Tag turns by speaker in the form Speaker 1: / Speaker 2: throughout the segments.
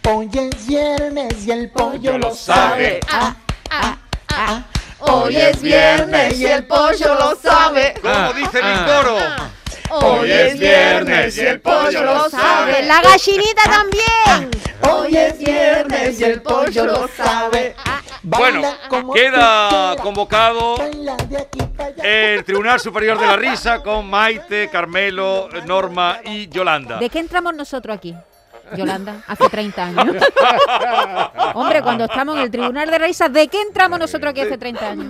Speaker 1: Hoy es viernes y el pollo lo sabe.
Speaker 2: Hoy es viernes y el pollo lo sabe.
Speaker 3: Como dice mi coro.
Speaker 2: Hoy es viernes y el pollo lo sabe.
Speaker 4: La gallinita también.
Speaker 2: Hoy es viernes y el pollo lo sabe.
Speaker 3: Bueno, queda convocado el Tribunal Superior de la Risa con Maite, Carmelo, Norma y Yolanda.
Speaker 4: ¿De qué entramos nosotros aquí, Yolanda? Hace 30 años. Hombre, cuando estamos en el Tribunal de Risas, ¿de qué entramos nosotros aquí hace 30 años?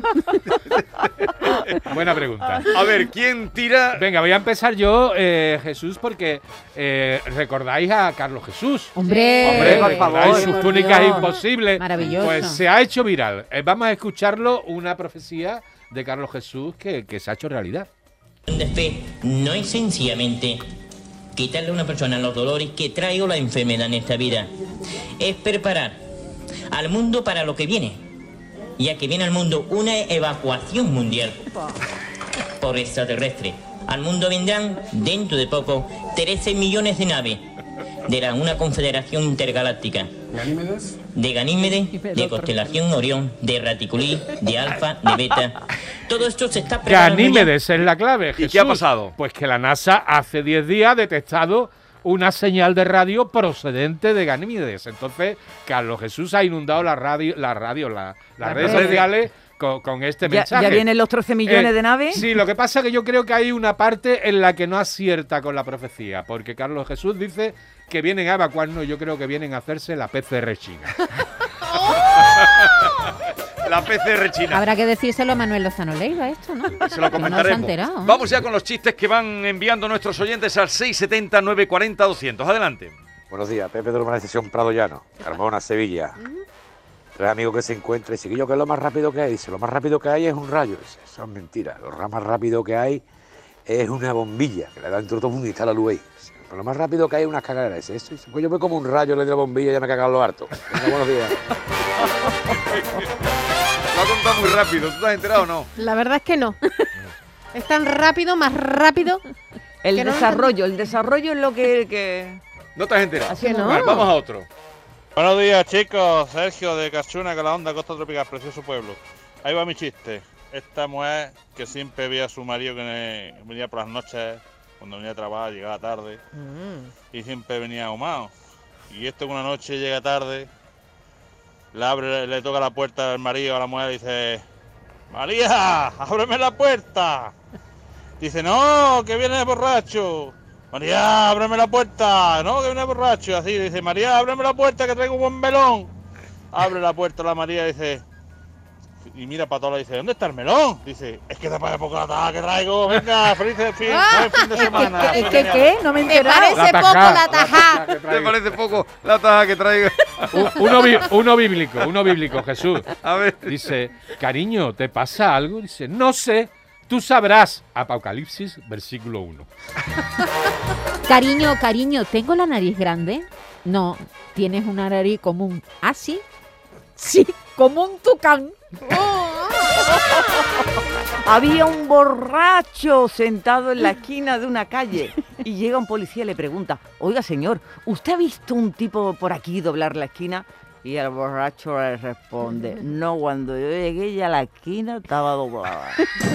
Speaker 5: Buena pregunta.
Speaker 3: A ver, ¿quién tira?
Speaker 5: Venga, voy a empezar yo, Jesús, porque recordáis a Carlos Jesús.
Speaker 4: Hombre,
Speaker 5: Por favor. Sus
Speaker 4: por
Speaker 5: túnicas
Speaker 4: Dios.
Speaker 5: imposibles.
Speaker 4: Maravilloso.
Speaker 5: Pues se ha hecho viral. Vamos a escucharlo, una profecía de Carlos Jesús que se ha hecho realidad.
Speaker 6: De fe no es sencillamente quitarle a una persona los dolores que trae o la enfermedad en esta vida. Es preparar al mundo para lo que viene, ya que viene al mundo una evacuación mundial por extraterrestre. Al mundo vendrán, dentro de poco, 13 millones de naves de una confederación intergaláctica.
Speaker 7: ¿Ganímedes?
Speaker 6: De Ganímedes, de constelación Orión, de Raticulí, de Alfa, de Beta. Todo esto se está preparando.
Speaker 5: Ganímedes es la clave, Jesús.
Speaker 3: ¿Y qué ha pasado?
Speaker 5: Pues que la NASA hace 10 días ha detectado una señal de radio procedente de Ganímedes. Entonces, Carlos Jesús ha inundado las redes sociales con este mensaje.
Speaker 8: ¿Ya vienen los 13 millones de naves?
Speaker 5: Sí, lo que pasa es que yo creo que hay una parte en la que no acierta con la profecía, porque Carlos Jesús dice que vienen a evacuarnos, yo creo que vienen a hacerse la PCR china.
Speaker 3: La PCR china.
Speaker 4: Habrá que decírselo a Manuel Lozano Leiva esto, ¿no?
Speaker 3: Se lo
Speaker 4: Que no se ha
Speaker 3: comentaremos.
Speaker 4: enterado.
Speaker 3: Vamos ya con los chistes que van enviando nuestros oyentes al 670 940 200. Adelante.
Speaker 9: Buenos días, Pepe de la Urbanización Prado Llano, Carmona, Sevilla. Tres amigos que se encuentran y dice, ¿qué es lo más rápido que hay? Dice, lo más rápido que hay es un rayo. Dice, eso es mentira, lo más rápido que hay es una bombilla, que le da dentro todo el mundo y está la luz ahí. Dice, pero lo más rápido que hay es unas cagaderas. Dice, eso, dice, pues yo me como un rayo, le doy la bombilla y ya me he cagado lo harto. Venga, buenos días.
Speaker 3: Lo ha contado muy rápido, ¿tú te has enterado o no?
Speaker 2: La verdad es que no. Es tan rápido, más rápido.
Speaker 8: El
Speaker 2: que no
Speaker 8: desarrollo es lo que...
Speaker 3: No te has enterado.
Speaker 8: Así
Speaker 2: no.
Speaker 3: Vale, vamos a otro.
Speaker 10: Buenos días, chicos. Sergio de Cachuna, que la onda Costa Tropical, precioso pueblo. Ahí va mi chiste. Esta mujer que siempre veía a su marido que venía por las noches, cuando venía a trabajar, llegaba tarde, y siempre venía ahumado. Y esto que una noche llega tarde, le toca la puerta al marido a la mujer y dice: María, ábreme la puerta. Dice: no, que viene borracho. María, ábreme la puerta. No, que viene borracho. Así dice: María, ábreme la puerta, que traigo un buen melón. Abre la puerta la María y dice, y mira para todos, dice: ¿dónde está el melón? Dice: es que te parece poco la taja que traigo. Venga, feliz fin de semana.
Speaker 4: ¿Es que qué? No me he
Speaker 2: Me
Speaker 4: enterado.
Speaker 2: parece poco la tajá.
Speaker 3: ¿Te parece poco la taja que traigo?
Speaker 5: Uno bíblico, Jesús.
Speaker 3: A ver.
Speaker 5: Dice, cariño, ¿te pasa algo? Dice, no sé, tú sabrás. Apocalipsis, versículo 1.
Speaker 4: Cariño, ¿tengo la nariz grande? No, tienes una nariz común. ¿Ah, sí? Sí, como un tucán.
Speaker 8: Había un borracho sentado en la esquina de una calle y llega un policía y le pregunta: oiga, señor, ¿usted ha visto un tipo por aquí doblar la esquina? Y el borracho le responde: no, cuando yo llegué ya la esquina estaba doblada.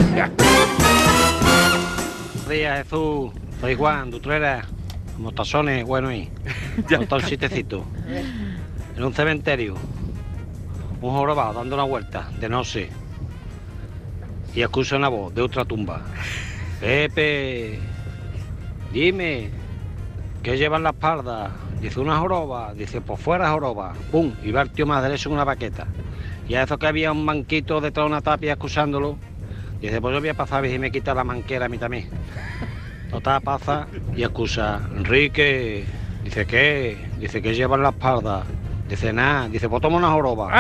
Speaker 11: Buenos días, Jesús. Soy Juan, de Utrera. Motazones, bueno, y monta un chistecito. En un cementerio, un jorobado dando una vuelta de noche y escucha una voz de otra tumba: Pepe, dime, ¿qué lleva en la espalda? Dice: una joroba. Dice: pues fuera joroba. ¡Pum! Y va el tío más derecho en una baqueta. Y a eso que había un manquito detrás de una tapia escuchándolo, dice: pues yo voy a pasar y me quita la manquera a mí también. Total, pasa y excusa: Enrique. Dice: ¿qué? Dice: ¿qué lleva en la espalda? Dice: nada. Dice: pues toma una joroba.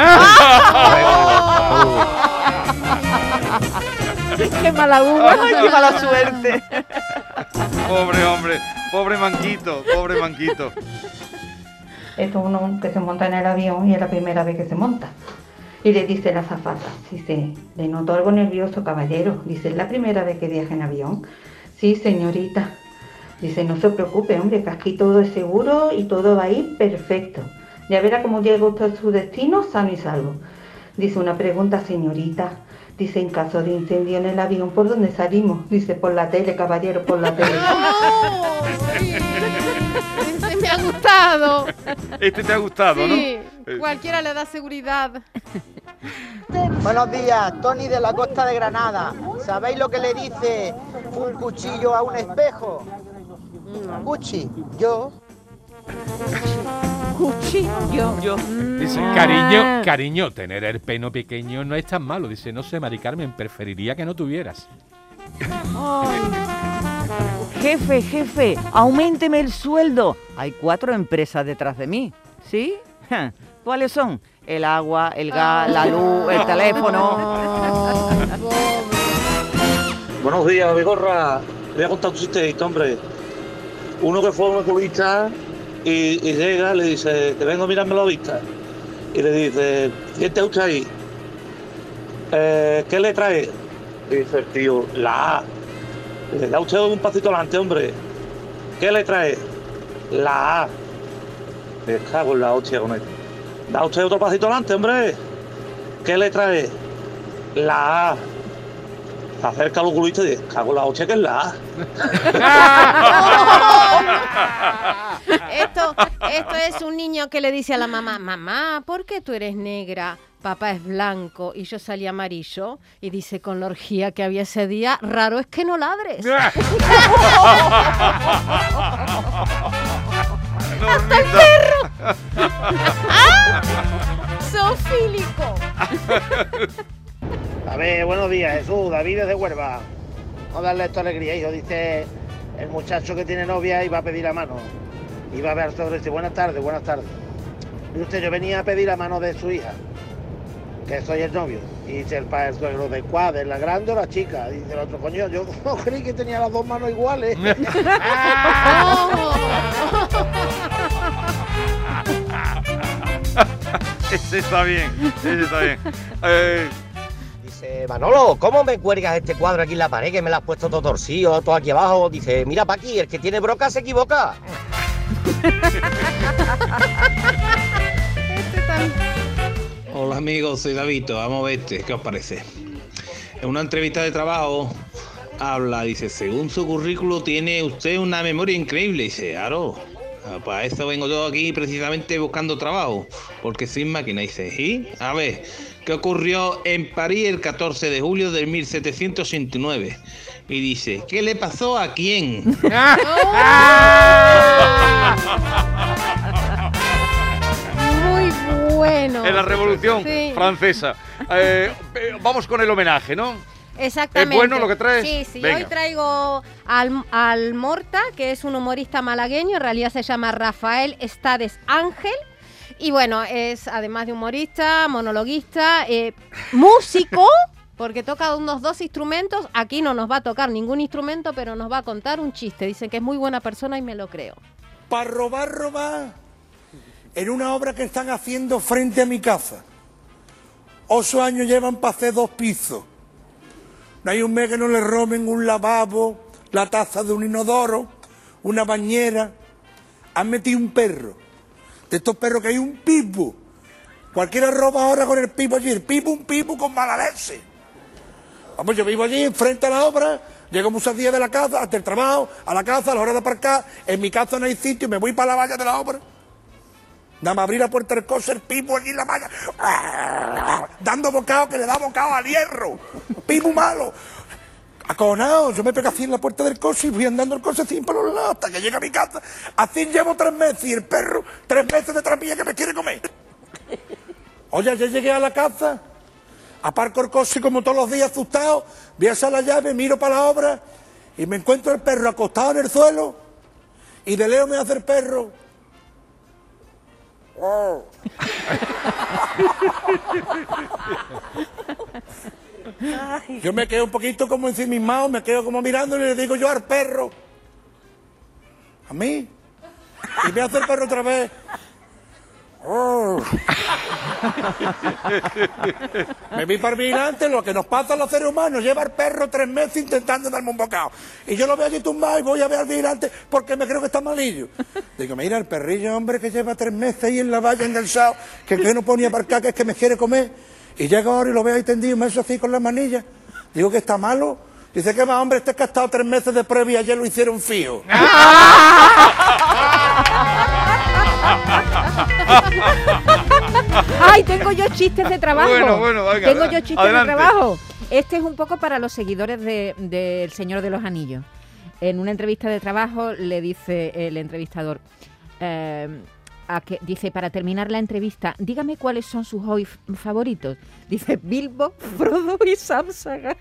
Speaker 4: ¡Qué mala uva!
Speaker 8: ¡Ay, qué mala suerte!
Speaker 3: Pobre hombre, pobre manquito.
Speaker 12: Esto es uno que se monta en el avión y es la primera vez que se monta. Y le dice la azafata, dice: le noto algo nervioso, caballero. Dice: ¿es la primera vez que viaja en avión? Sí, señorita. Dice: no se preocupe, hombre, que aquí todo es seguro y todo va a ir perfecto. Ya verá cómo llega usted a su destino sano y salvo. Dice, una pregunta, señorita. Dice, en caso de incendio en el avión, ¿por dónde salimos? Dice, por la tele, caballero, por la tele.
Speaker 7: Este me ha gustado.
Speaker 3: Este te ha gustado,
Speaker 7: Sí,
Speaker 3: ¿no?
Speaker 7: cualquiera le da seguridad.
Speaker 1: Buenos días, Tony de la Costa de Granada. ¿Sabéis lo que le dice un cuchillo a un espejo? Cuchi, yo.
Speaker 8: Cuchillo.
Speaker 5: Dice, cariño, tener el pelo pequeño no es tan malo. Dice, no sé, Mari Carmen, preferiría que no tuvieras.
Speaker 8: Ay. Jefe, auménteme el sueldo. Hay 4 empresas detrás de mí, ¿sí? ¿Cuáles son? El agua, el gas, la luz, el teléfono.
Speaker 13: Buenos días, Vigorra. Le voy a contar un chiste, hombre. Uno que fue a un oculista y llega, le dice, te vengo a mirarme la vista. Y le dice, ¿quién te gusta ahí? ¿Qué le trae? Y dice el tío, la A. Le da usted un pasito adelante, hombre. ¿Qué le trae? La A. Me cago en la hostia con esto. Da usted otro pasito adelante, hombre. ¿Qué le trae? La A. Se acerca al oculista y dice, cago en la hostia que es la A.
Speaker 7: Esto es un niño que le dice a la mamá, mamá, ¿por qué tú eres negra? Papá es blanco y yo salí amarillo. Y dice, con la orgía que había ese día, raro es que no ladres. ¡Hasta el perro! ¡Zoofílico!
Speaker 14: A ver, buenos días, Jesús, David desde Huelva. Vamos a darle esto alegría, hijo. Dice el muchacho que tiene novia y va a pedir la mano. Y va a ver al suegro y dice, buenas tardes. Y usted, yo venía a pedir la mano de su hija, que soy el novio. Y dice el suegro, ¿de cuál? ¿De la grande o la chica? Y dice el otro, coño, yo no creí que tenía las dos manos iguales.
Speaker 3: Ese está bien.
Speaker 15: Dice, Manolo, ¿cómo me cuelgas este cuadro aquí en la pared que me lo has puesto todo torcido, todo aquí abajo? Dice, mira pa' aquí, el que tiene broca se equivoca.
Speaker 16: Hola amigos, soy Davito, vamos a ver ¿qué os parece? En una entrevista de trabajo dice, según su currículo tiene usted una memoria increíble. Dice, claro, para eso vengo yo aquí precisamente buscando trabajo, porque soy máquina. Dice, ¿y? A ver, ¿qué ocurrió en París el 14 de julio de 1769? Y dice, ¿qué le pasó a quién?
Speaker 7: Muy bueno.
Speaker 3: En la Revolución Francesa. Vamos con el homenaje, ¿no?
Speaker 7: Exactamente.
Speaker 3: ¿Es bueno lo que traes?
Speaker 7: Sí.
Speaker 3: Venga.
Speaker 7: Hoy traigo al Morta, que es un humorista malagueño, en realidad se llama Rafael Estades Ángel. Y bueno, es además de humorista, monologuista, músico, porque toca unos 2 instrumentos. Aquí no nos va a tocar ningún instrumento, pero nos va a contar un chiste. Dicen que es muy buena persona y me lo creo.
Speaker 17: Para robar, en una obra que están haciendo frente a mi casa. 8 años llevan para hacer 2 pisos. No hay un mes que no le roben un lavabo, la taza de un inodoro, una bañera. Han metido un perro. De estos perros que hay un pipo. Cualquiera roba ahora con el pipo allí. El pipo, un pipo con mala leche. Vamos, yo vivo allí, enfrente a la obra, llego muchos días de la casa, hasta el trabajo, a la casa, a la hora de aparcar. En mi casa no hay sitio, me voy para la valla de la obra. Nada más abrir la puerta del coche, el pipo allí en la valla, dando bocado, que le da bocado al hierro. Pipo malo. Acojonado, yo me pego así en la puerta del coche y fui andando el coche así por los lados hasta que llega a mi casa. Así llevo 3 meses y el perro 3 meses de trapilla que me quiere comer. Oye, ya llegué a la casa, aparco el coche como todos los días asustado, voy a echar la llave, miro para la obra y me encuentro el perro acostado en el suelo y de lejos me hace el perro. Oh. Yo me quedo un poquito como ensimismado, me quedo como mirando y le digo yo al perro, a mí, y me hace el perro otra vez. Oh. Me vi para el vigilante, lo que nos pasa a los seres humanos, lleva el perro 3 meses intentando darme un bocado. Y yo lo veo allí tumbado y voy a ver al vigilante porque me creo que está malillo. Digo, mira, el perrillo, hombre, que lleva 3 meses ahí en la valla engalzado, que no pone a aparcar, que es que me quiere comer. Y llega ahora y lo veo ahí tendido, me hace así con las manillas. Digo que está malo. Dice que va, hombre, este que ha estado 3 meses de prueba y ayer lo hicieron fijo.
Speaker 4: ¡Ay, tengo yo chistes de trabajo!
Speaker 3: Bueno, venga,
Speaker 4: tengo yo chistes
Speaker 3: adelante.
Speaker 4: de trabajo. Este es un poco para los seguidores del Señor de los Anillos. En una entrevista de trabajo le dice el entrevistador, dice, para terminar la entrevista, dígame cuáles son sus hobbies favoritos. Dice, Bilbo, Frodo y Sam Sagaz.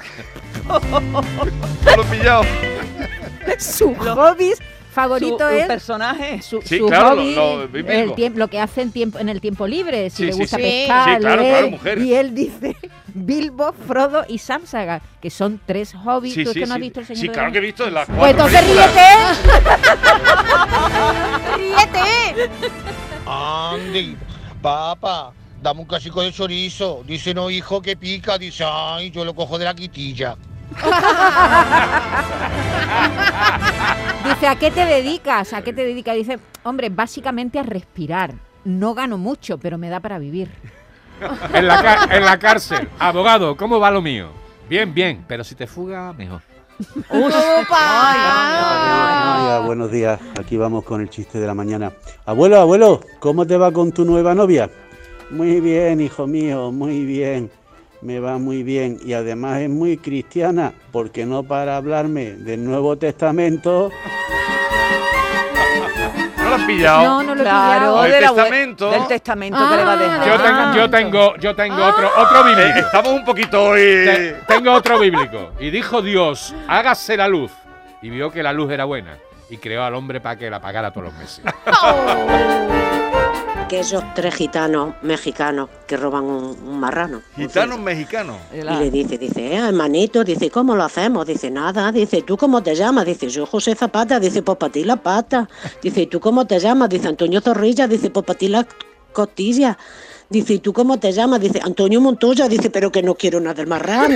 Speaker 3: Lo he pillado.
Speaker 4: Sus hobbies favorito es
Speaker 8: personaje.
Speaker 4: Su
Speaker 3: claro,
Speaker 4: hobby, lo que hace en el tiempo libre, si le gusta
Speaker 3: sí.
Speaker 4: pescar,
Speaker 3: Sí, claro,
Speaker 4: leer,
Speaker 3: mujer.
Speaker 4: y él dice Bilbo, Frodo y Sam Sagaz, que son 3 hobbies. ¿Tú es que no has visto el Señor
Speaker 3: Sí,
Speaker 4: de
Speaker 3: claro
Speaker 4: los
Speaker 3: que he visto en las 4
Speaker 4: Pues entonces ríete.
Speaker 18: Andy, papá, dame un casico de chorizo. Dice, no, hijo, que pica. Dice, ay, yo lo cojo de la quitilla.
Speaker 4: Dice, ¿a qué te dedicas? ¿A qué te dedicas? Dice, hombre, básicamente a respirar. No gano mucho, pero me da para vivir.
Speaker 5: En la cárcel. Abogado, ¿cómo va lo mío? Bien, bien, pero si te fuga, mejor.
Speaker 19: Buenos días, aquí vamos con el chiste de la mañana. Abuelo, ¿cómo te va con tu nueva novia? Muy bien, hijo mío, muy bien. Me va muy bien y además es muy cristiana porque no para hablarme del Nuevo Testamento.
Speaker 3: ¿No lo has pillado?
Speaker 4: No lo he pillado.
Speaker 3: El testamento.
Speaker 8: Del testamento que le va a dejar.
Speaker 5: Yo tengo otro bíblico.
Speaker 3: Estamos un poquito hoy.
Speaker 5: Tengo otro bíblico. Y dijo Dios, hágase la luz. Y vio que la luz era buena. Y creó al hombre para que la pagara todos los meses.
Speaker 20: Que esos 3 gitanos mexicanos que roban un marrano.
Speaker 3: Gitanos mexicanos.
Speaker 20: Y le dice, hermanito, dice, ¿cómo lo hacemos? Dice, nada, dice, ¿tú cómo te llamas? Dice, yo José Zapata, dice, pues para ti la pata. Dice, ¿y tú cómo te llamas? Dice, Antonio Zorrilla, dice, pues para ti la costilla. Dice, ¿y tú cómo te llamas? Dice, Antonio Montoya, dice, pero que no quiero nada del marrano.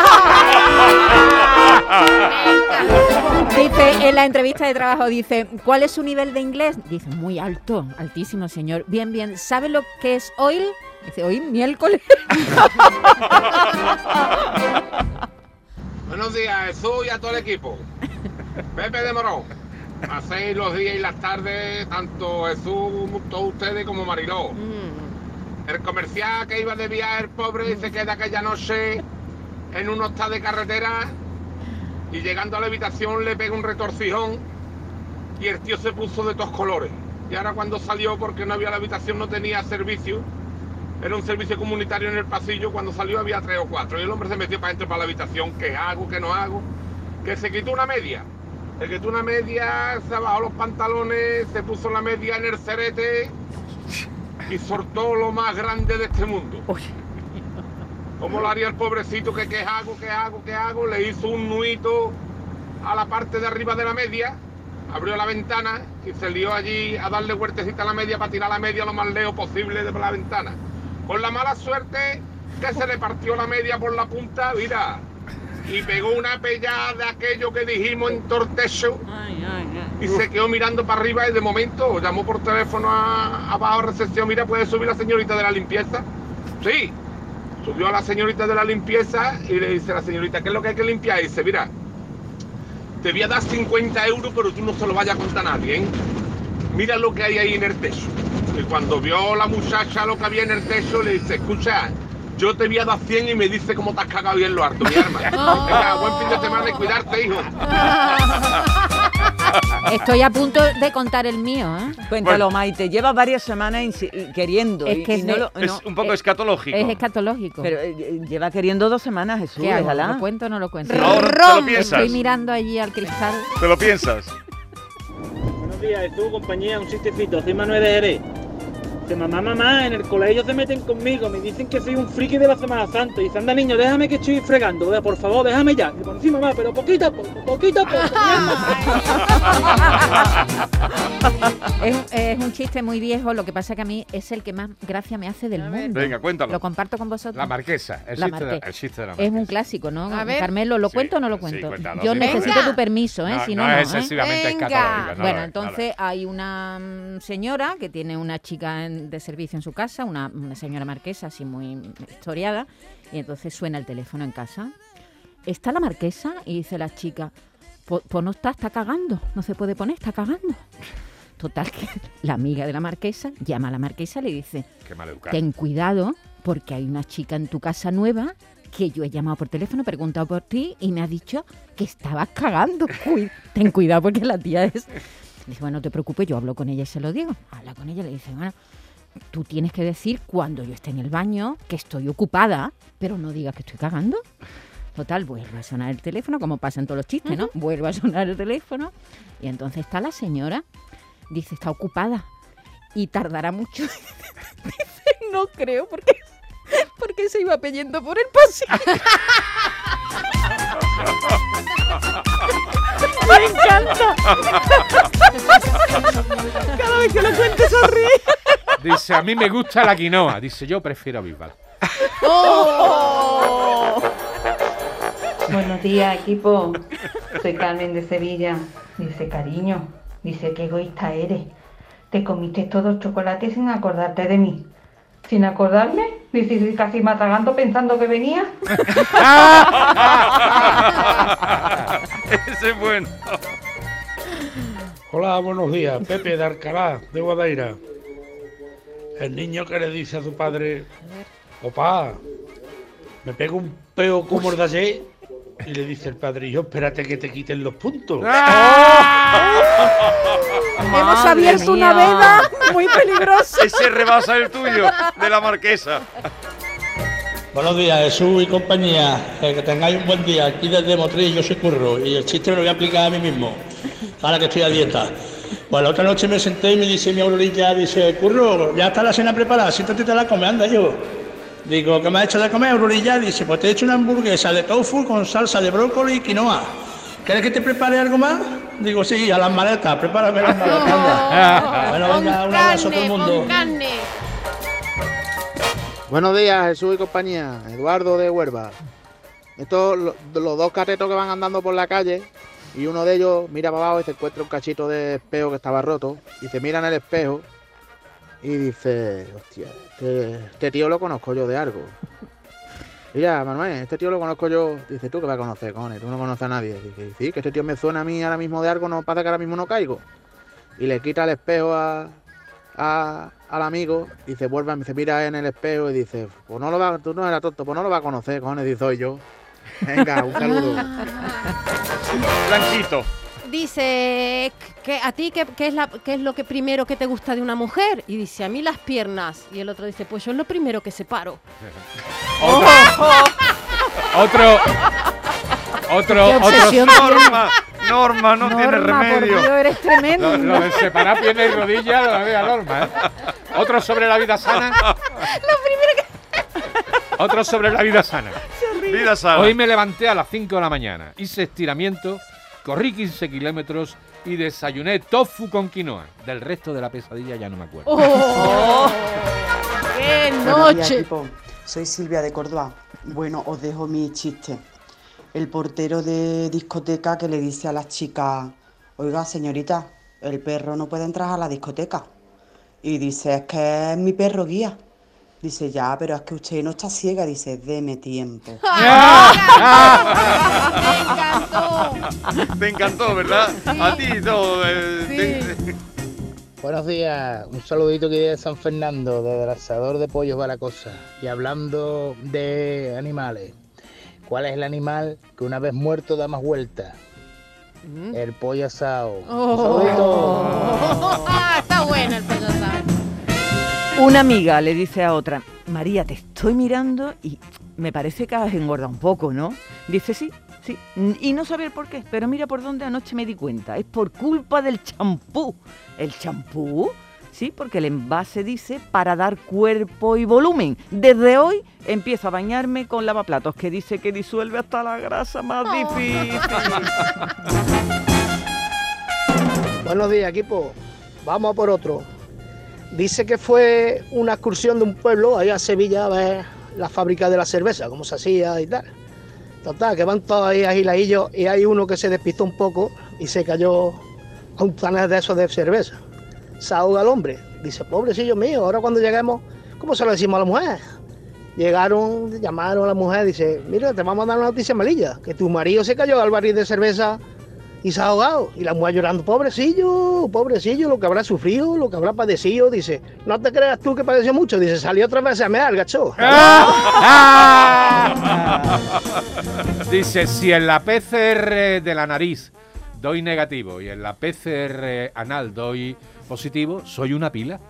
Speaker 4: Dice, en la entrevista de trabajo, dice, ¿cuál es su nivel de inglés? Dice, muy alto, altísimo, señor. Bien, ¿sabe lo que es oil? Dice, hoy miércoles.
Speaker 21: Buenos días, Jesús y a todo el equipo. Pepe de Morón. Hacéis los días y las tardes, tanto Jesús, todos ustedes como Mariló. El comercial que iba de viaje, el pobre, se queda aquella noche en un hostal de carretera y llegando a la habitación le pega un retorcijón y el tío se puso de todos colores. Y ahora cuando salió, porque no había la habitación, no tenía servicio, era un servicio comunitario en el pasillo, cuando salió había 3 o 4 y el hombre se metió para adentro para la habitación, ¿qué hago, qué no hago? Que se quitó una media. Se quitó una media, se bajó los pantalones, se puso la media en el cerete y soltó lo más grande de este mundo. ¿Cómo lo haría el pobrecito? ¿Qué hago? Le hizo un nuito a la parte de arriba de la media, abrió la ventana y se lió allí a darle huertecita a la media para tirar la media lo más lejos posible de la ventana. Con la mala suerte que se le partió la media por la punta, mira, y pegó una pellada de aquello que dijimos en tortecho y se quedó mirando para arriba y de momento llamó por teléfono abajo a recepción, mira, ¿puede subir la señorita de la limpieza? Sí. Subió a la señorita de la limpieza y le dice a la señorita, ¿qué es lo que hay que limpiar? Y dice, mira, te voy a dar 50 euros, pero tú no se lo vayas a contar a nadie, ¿eh? Mira lo que hay ahí en el techo. Y cuando vio la muchacha lo que había en el techo, le dice, escucha, yo te voy a dar 100 y me dice cómo te has cagado bien lo harto, mi arma. Venga, buen fin de semana y cuidarte, hijo.
Speaker 4: Estoy a punto de contar el mío, ¿eh?
Speaker 8: Cuéntalo, Maite. Lleva varias semanas queriendo.
Speaker 4: Es que
Speaker 3: es un poco escatológico.
Speaker 4: Es escatológico.
Speaker 8: Pero lleva queriendo 2 semanas, Jesús.
Speaker 4: ¿Qué hago?
Speaker 8: Déjala.
Speaker 4: ¿Lo cuento o no lo cuento?
Speaker 3: Ahora te lo piensas.
Speaker 4: Estoy mirando allí al cristal.
Speaker 3: ¿Te lo piensas?
Speaker 22: Buenos días, Jesús, compañía, un chistecito. Soy Manuel de Jerez.
Speaker 6: Dice, mamá, en el colegio se meten conmigo, me dicen que soy un friki de la Semana Santa. Dice, anda niño, déjame que estoy fregando, por favor, déjame ya. Digo, sí mamá, pero poquito a poco.
Speaker 4: Es un chiste muy viejo, lo que pasa que a mí es el que más gracia me hace del mundo.
Speaker 3: Venga, cuéntalo.
Speaker 4: Lo comparto con vosotros.
Speaker 5: La marquesa, el chiste de la marquesa.
Speaker 4: Es un clásico, ¿no?
Speaker 7: A ver.
Speaker 4: Carmelo, ¿lo cuento o no lo cuento?
Speaker 3: Cuéntalo,
Speaker 4: Yo
Speaker 3: sí,
Speaker 4: necesito
Speaker 3: cuéntalo.
Speaker 4: tu permiso, ¿eh? Si no,
Speaker 5: no es excesivamente escatológico.
Speaker 4: Bueno, entonces hay una señora que tiene una chica de servicio en su casa, una señora marquesa así muy historiada, y entonces suena el teléfono en casa. ¿Está la marquesa? Y dice la chica, pues no está cagando, no se puede poner, está cagando. Total, que la amiga de la marquesa llama a la marquesa y le dice, ten cuidado porque hay una chica en tu casa nueva que yo he llamado por teléfono, he preguntado por ti y me ha dicho que estabas cagando. Ten cuidado porque la tía es... Dice, bueno, no te preocupes, yo hablo con ella y se lo digo. Habla con ella y le dice, bueno, tú tienes que decir cuando yo esté en el baño que estoy ocupada, pero no digas que estoy cagando. Total, vuelve a sonar el teléfono, como pasa en todos los chistes, ¿no? Vuelve a sonar el teléfono y entonces está la señora, dice, está ocupada y tardará mucho. Dice, no creo, porque se iba peyendo por el pasillo. ¡Me encanta! Cada vez que lo cuento se ríe.
Speaker 5: Dice, a mí me gusta la quinoa. Dice, yo prefiero a Bisbal.
Speaker 12: ¡Oh! Buenos días, equipo. Soy Carmen de Sevilla. Dice, cariño, dice, qué egoísta eres. Te comiste todos los chocolates sin acordarte de mí. ¿Sin acordarme? Dice, casi me atraganto pensando que venía.
Speaker 3: Ese es bueno.
Speaker 22: Hola, buenos días. Pepe de Alcalá, de Guadaira. El niño que le dice a su padre, papá, me pego un peo como el de ayer. Y le dice el padre, yo espérate que te quiten los puntos.
Speaker 4: Hemos abierto una veda muy peligrosa.
Speaker 3: Ese rebasa el tuyo, de la marquesa.
Speaker 22: Buenos días, Jesús y compañía. Que tengáis un buen día. Aquí desde Motril, yo soy Curro. Y el chiste me lo voy a aplicar a mí mismo, ahora que estoy a dieta. Pues la otra noche me senté y me dice mi Aurorilla, dice, Curro, ya está la cena preparada, siéntate y te la comes, anda yo. Digo, ¿qué me has hecho de comer, Aurorilla? Dice, pues te he hecho una hamburguesa de tofu con salsa de brócoli y quinoa. ¿Quieres que te prepare algo más? Digo, sí, a las maletas, prepárame las maletas, anda. Bueno, venga, un abrazo a todo el mundo.
Speaker 23: Buenos días, Jesús y compañía. Eduardo de Huelva. Estos, los dos catetos que van andando por la calle, y uno de ellos mira para abajo y se encuentra un cachito de espejo que estaba roto, y se mira en el espejo y dice, hostia, este tío lo conozco yo de algo. Mira, Manuel, este tío lo conozco yo. Dice, ¿tú qué vas a conocer, cojones? Tú no conoces a nadie. Dice, sí, que este tío me suena a mí ahora mismo de algo, no pasa que ahora mismo no caigo. Y le quita el espejo al amigo y se vuelve, se mira en el espejo y dice, pues no lo va, tú no eras tonto, pues no lo vas a conocer, cojones, y soy yo. Venga, un saludo.
Speaker 3: Blanquito.
Speaker 7: Dice, ¿a ti qué es lo que primero que te gusta de una mujer? Y dice, a mí las piernas. Y el otro dice, pues yo es lo primero que separo.
Speaker 5: Otro.
Speaker 3: Norma, no tiene remedio.
Speaker 4: Por Dios, eres tremendo.
Speaker 5: Lo de separar pierna y rodilla lo había Norma, ¿eh? Otro sobre la vida sana. Otro sobre la vida sana.
Speaker 3: Vida sana.
Speaker 5: Hoy me levanté a las 5 de la mañana, hice estiramiento, corrí 15 kilómetros y desayuné tofu con quinoa. Del resto de la pesadilla ya no me acuerdo.
Speaker 7: ¡Qué
Speaker 24: Buenos días,
Speaker 7: noche!
Speaker 24: equipo. Soy Silvia de Córdoba. Bueno, os dejo mi chiste. El portero de discoteca que le dice a las chicas, oiga, señorita, el perro no puede entrar a la discoteca. Y dice, es que es mi perro guía. Dice, ya, pero es que usted no está ciega. Dice, deme tiempo.
Speaker 3: Te encantó, ¿verdad? A ti todo.
Speaker 18: Buenos días, un saludito aquí de San Fernando, desde el asador de pollos Baracosa. Y hablando de animales, ¿cuál es el animal que una vez muerto da más vueltas? El pollo asado. Un saludito.
Speaker 7: Está bueno el pollo asado.
Speaker 8: Una amiga le dice a otra, María, te estoy mirando y me parece que has engordado un poco, ¿no? Dice, sí. Y no sabía el por qué, pero mira por dónde anoche me di cuenta. Es por culpa del champú. ¿El champú? Sí, porque el envase dice para dar cuerpo y volumen. Desde hoy empiezo a bañarme con lavaplatos, que dice que disuelve hasta la grasa más difícil.
Speaker 2: Buenos días, equipo. Vamos a por otro. Dice que fue una excursión de un pueblo ahí a Sevilla a ver la fábrica de la cerveza, cómo se hacía y tal. Total, que van todos ahí agiladillos y hay uno que se despistó un poco y se cayó a un tanel de esos de cerveza. Se ahoga el hombre. Dice, pobrecillo mío, ahora cuando lleguemos, ¿cómo se lo decimos a la mujer? Llegaron, llamaron a la mujer, dice, mira, te vamos a dar una noticia malilla, que tu marido se cayó al barril de cerveza y se ha ahogado. Y la mujer llorando, pobrecillo, pobrecillo, lo que habrá sufrido, lo que habrá padecido. Dice, no te creas tú que padeció mucho. Dice, salió otra vez a mear, gacho.
Speaker 5: Dice, si en la PCR de la nariz doy negativo y en la PCR anal doy positivo, soy una pila.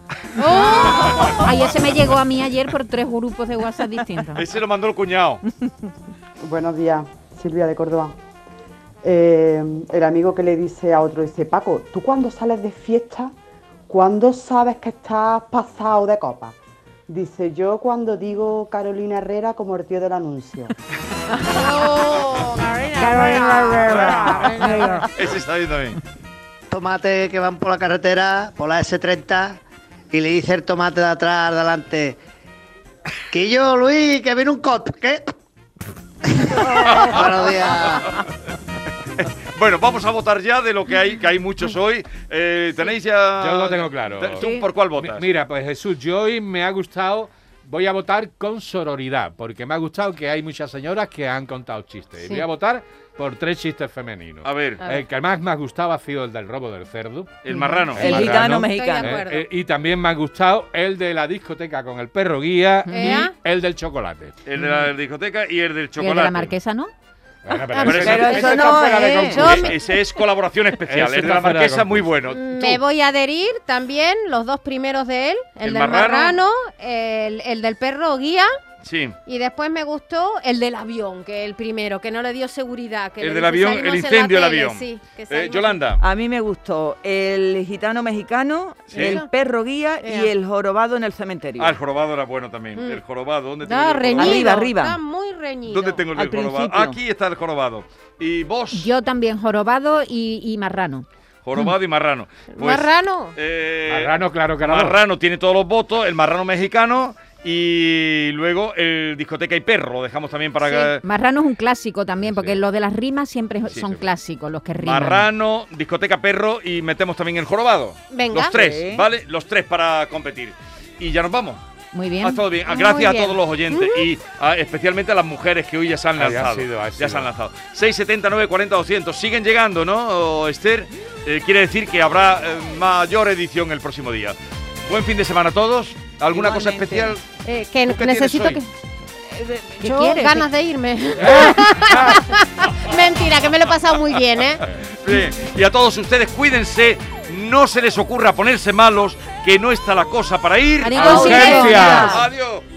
Speaker 4: Ay, ese me llegó a mí ayer por 3 grupos de WhatsApp distintos.
Speaker 3: Ese lo mandó el cuñado.
Speaker 24: Buenos días, Silvia de Córdoba. El amigo que le dice a otro, dice, Paco, ¿tú cuando sales de fiesta, cuándo sabes que estás pasado de copa? Dice, yo cuando digo Carolina Herrera como el tío del anuncio.
Speaker 3: Ese está bien también.
Speaker 9: Tomate que van por la carretera, por la S30, y le dice el tomate de atrás, adelante, que yo, Luis, que viene un cop, ¿qué? Buenos días.
Speaker 3: Bueno, vamos a votar ya de lo que hay muchos hoy. ¿Tenéis ya...?
Speaker 5: Yo lo tengo claro.
Speaker 3: ¿Tú por cuál votas?
Speaker 5: Mira, pues Jesús, yo hoy me ha gustado, voy a votar con sororidad, porque me ha gustado que hay muchas señoras que han contado chistes.
Speaker 3: Sí.
Speaker 5: Y voy a votar por 3 chistes femeninos.
Speaker 3: A ver.
Speaker 5: El que más me ha gustado ha sido el del robo del cerdo.
Speaker 3: El marrano.
Speaker 8: El gitano mexicano.
Speaker 5: Y también me ha gustado el de la discoteca con el perro guía y el del chocolate.
Speaker 3: El de la discoteca y el del chocolate.
Speaker 4: ¿Y el de la marquesa no?
Speaker 5: Bueno,
Speaker 3: pero
Speaker 5: eso no es.
Speaker 3: Ese es colaboración especial.
Speaker 5: Ese
Speaker 3: El de la
Speaker 5: está fuera de
Speaker 3: marquesa muy bueno.
Speaker 7: Me voy a adherir también los 2 primeros de él, el del marrano, el del perro guía.
Speaker 3: Sí.
Speaker 7: Y después me gustó el del avión, que el primero, que no le dio seguridad. Que
Speaker 3: el del avión, el incendio del avión.
Speaker 7: Sí,
Speaker 3: Yolanda.
Speaker 8: A mí me gustó el gitano mexicano,
Speaker 3: ¿Sí?
Speaker 8: el perro guía y el jorobado en el cementerio.
Speaker 3: Ah, el jorobado era bueno también. El jorobado, ¿dónde tengo
Speaker 7: No,
Speaker 3: el jorobado?
Speaker 7: reñido,
Speaker 8: Arriba.
Speaker 7: está muy reñido.
Speaker 3: ¿Dónde tengo el jorobado? Aquí está el jorobado. ¿Y vos?
Speaker 4: Yo también, jorobado y marrano.
Speaker 3: Jorobado y marrano. Pues,
Speaker 7: ¿Marrano?
Speaker 5: Marrano, claro que no.
Speaker 3: Marrano tiene todos los votos, el marrano mexicano y luego el discoteca y perro, lo dejamos también para que...
Speaker 4: Marrano es un clásico también, porque lo de las rimas siempre son clásicos, los que riman.
Speaker 3: Marrano, discoteca, perro y metemos también el jorobado.
Speaker 7: Venga.
Speaker 3: Los 3,
Speaker 4: Sí.
Speaker 3: ¿vale? Los 3 para competir. Y ya nos vamos.
Speaker 4: Muy bien.
Speaker 3: Ha estado bien.
Speaker 4: Muy
Speaker 3: Gracias
Speaker 4: bien.
Speaker 3: a todos los oyentes y especialmente a las mujeres que hoy ya se han lanzado. Ya se han lanzado. 679 40 200. Siguen llegando, ¿no, Esther? Quiere decir que habrá mayor edición el próximo día. Buen fin de semana a todos. ¿Alguna cosa especial?
Speaker 7: Que
Speaker 3: ¿Tú qué
Speaker 7: necesito
Speaker 3: tienes
Speaker 7: que...
Speaker 3: hoy?
Speaker 7: Yo
Speaker 4: quieres?
Speaker 7: ganas de irme. Mentira, que me lo he pasado muy bien, ¿eh?
Speaker 3: Sí. Y a todos ustedes, cuídense. No se les ocurra ponerse malos, que no está la cosa para ir
Speaker 7: A ningún sitio.
Speaker 3: Adiós.